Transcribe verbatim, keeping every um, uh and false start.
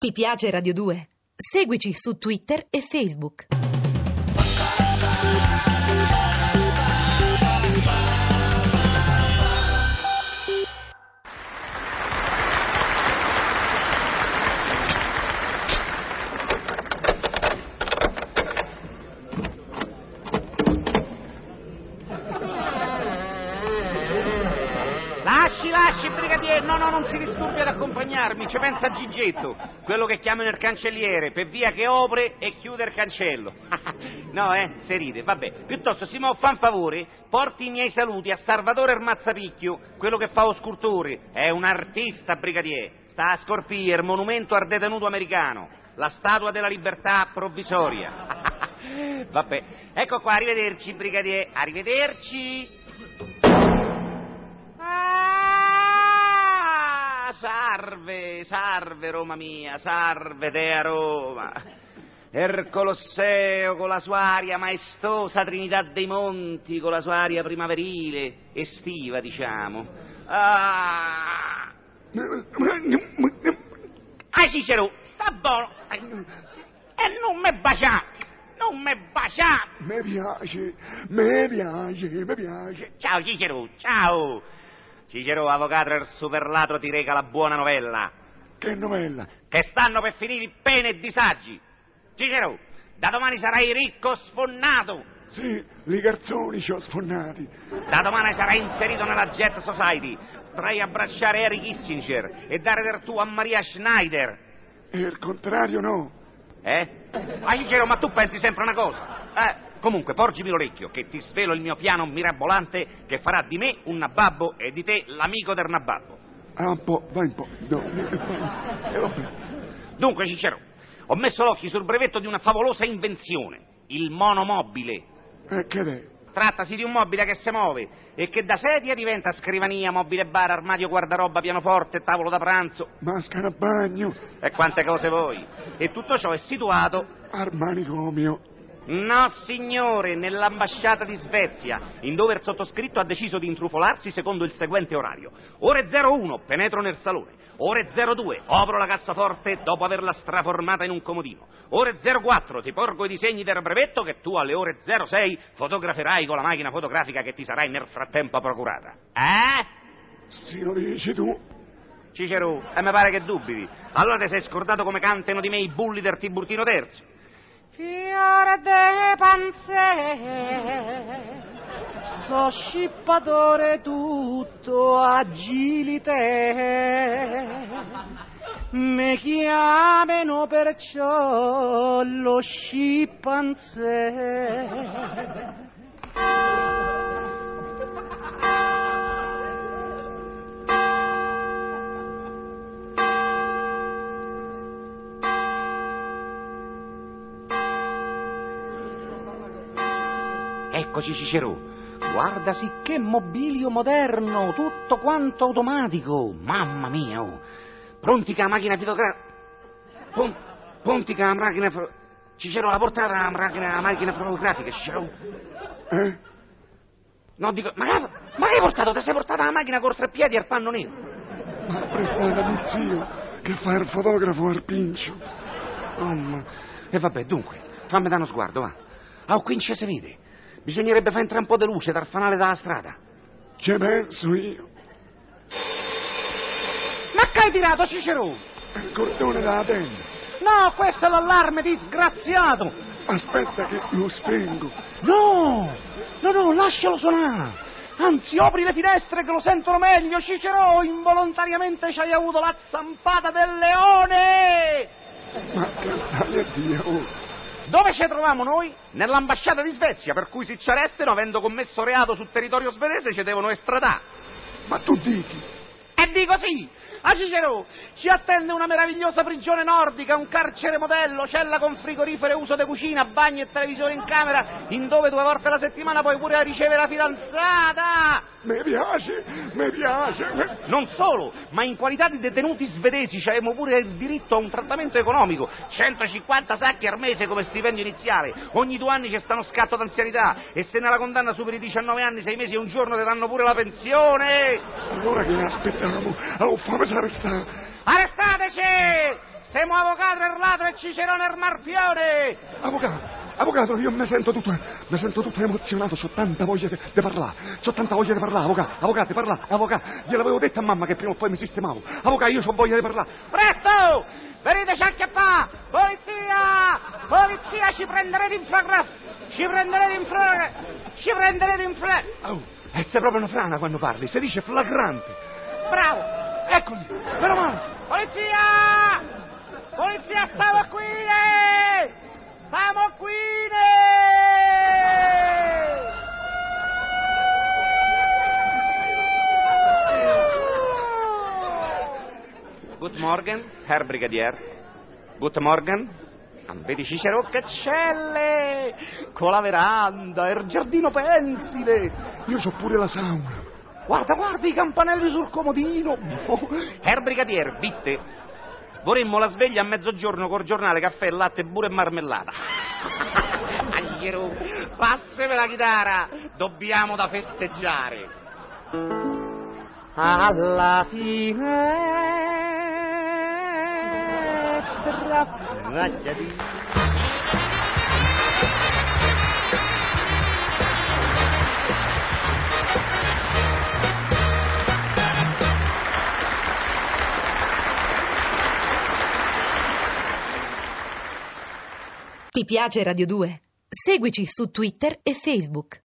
Ti piace Radio due? Seguici su Twitter e Facebook. Lasci, lasci, brigadiere, no, no, non si disturbi ad accompagnarmi, ci pensa Gigetto, quello che chiamano il cancelliere, per via che apre e chiude il cancello. No, eh, se ride, vabbè, piuttosto si mo fa un favore, porti i miei saluti a Salvatore Armazzapicchio, quello che fa lo scultore, è un artista, brigadiere, sta a Scorpia, il monumento al detenuto americano, la statua della libertà provvisoria. Vabbè, ecco qua, arrivederci, brigadiere, arrivederci. Salve, salve Roma mia, salve te a Roma. Er Colosseo con la sua aria maestosa, Trinità dei Monti con la sua aria primaverile, estiva diciamo. Ah, ah Cicero, sta buono. E non me bacià, non me bacià. Mi piace, mi piace, mi piace. Ciao Cicero, ciao. Cicero, avvocato del superladro, ti reca la buona novella. Che novella? Che stanno per finire pene e disagi. Cicero, da domani sarai ricco sfonnato. Sì, li garzoni ci ho sfonnati. Da domani sarai inserito nella Jet Society. Potrai abbracciare Harry Kissinger e dare del tuo a Maria Schneider. E il contrario no. Eh? Ma Cicero, ma tu pensi sempre una cosa? Eh? Comunque, porgimi l'orecchio, che ti svelo il mio piano mirabolante che farà di me un nababbo e di te l'amico del nababbo. Ah, un po', vai un po'. No, eh, vabbè. Dunque, Cicero, ho messo l'occhio sul brevetto di una favolosa invenzione, il monomobile. E che è? Trattasi di un mobile che si muove e che da sedia diventa scrivania, mobile bar, armadio guardaroba, pianoforte, tavolo da pranzo. Maschera a bagno. E quante cose vuoi. E tutto ciò è situato Al manicomio. No, signore, nell'ambasciata di Svezia, in dove il sottoscritto ha deciso di intrufolarsi secondo il seguente orario. Ore zero uno, penetro nel salone. Ore zero due, apro la cassaforte dopo averla straformata in un comodino. Ore zero quattro, ti porgo i disegni del brevetto che tu alle ore zero sei fotograferai con la macchina fotografica che ti sarai nel frattempo procurata. Eh? Sì, lo dici tu. Cicero, e mi pare che dubiti. Allora ti sei scordato come cantano di me i bulli del Tiburtino terzo. Fiore de panze, so scippatore tutto agilite, mi chiamano perciò lo scimpanzé. Eccoci Cicero, guardasi che mobilio moderno, tutto quanto automatico, mamma mia, oh. Pronti che la macchina fotografica, Pon... pronti che la macchina, fo... Cicero, la portata la macchina, la macchina fotografica, Cicero. Eh? No, dico, ma che, ma che hai portato? Ti sei portata la macchina con tre piedi al panno nero? Ma prestata di zio, che fa il fotografo al pincio. Oh, ma... E vabbè, dunque, fammi dare uno sguardo, va. Ah, qui non ci si vede. Bisognerebbe fare entrare un po' di luce dal fanale della strada. Ci penso io. Ma che hai tirato, Cicero? Il cordone della tenda. No, questo è l'allarme, disgraziato. Aspetta che lo spengo. No, no, no, lascialo suonare. Anzi, apri le finestre che lo sentono meglio, Cicero. Involontariamente ci hai avuto la zampata del leone. Ma che stai a dire, oh? Dove ci troviamo noi? Nell'ambasciata di Svezia, per cui se ci arrestano, avendo commesso reato sul territorio svedese, ci devono estradare. Ma tu dici? E dico sì! A Cicero ci attende una meravigliosa prigione nordica, un carcere modello, cella con frigorifero e uso di cucina, bagno e televisore in camera, in dove due volte alla settimana puoi pure ricevere la fidanzata. Mi piace, mi piace. Mi... Non solo, ma in qualità di detenuti svedesi abbiamo pure il diritto a un trattamento economico, centocinquanta sacchi al mese come stipendio iniziale, ogni due anni c'è sta uno scatto d'anzianità e se nella condanna superi diciannove anni, sei mesi e un giorno ti danno pure la pensione. Allora che aspettavamo? Oh, fammi arrestare. Arrestateci! Siamo avvocato il ladro e Cicerone il marpione! Avvocato, avvocato, io mi sento tutto, mi sento tutto emozionato, c'ho tanta voglia di parlare, c'ho tanta voglia di parlare, avvocato, avvocato, parlare, avvocato, gliel'avevo detto a mamma che prima o poi mi sistemavo, avvocato, io ho voglia di parlare. Presto! Veniteci a chiappà! Polizia! Polizia, ci prenderete in flagrante! Ci prenderete in flagrante! Ci prenderete in flagrante! Oh, e sei proprio una frana quando parli, si dice flagrante. Bravo! Eccoli, meno male. Polizia! Polizia, stiamo qui! Stiamo qui! Good morning, Herr Brigadier. Good morning. Vedi Cicero, che celle! Con la veranda e il giardino pensile. Io c'ho pure la sauna. Guarda, guarda i campanelli sul comodino. Herr Brigadier, bitte. Vorremmo la sveglia a mezzogiorno col giornale, caffè, latte, burro e marmellata. Agliero, passami la chitarra. Dobbiamo da festeggiare. Alla finestra. Ti piace Radio due? Seguici su Twitter e Facebook.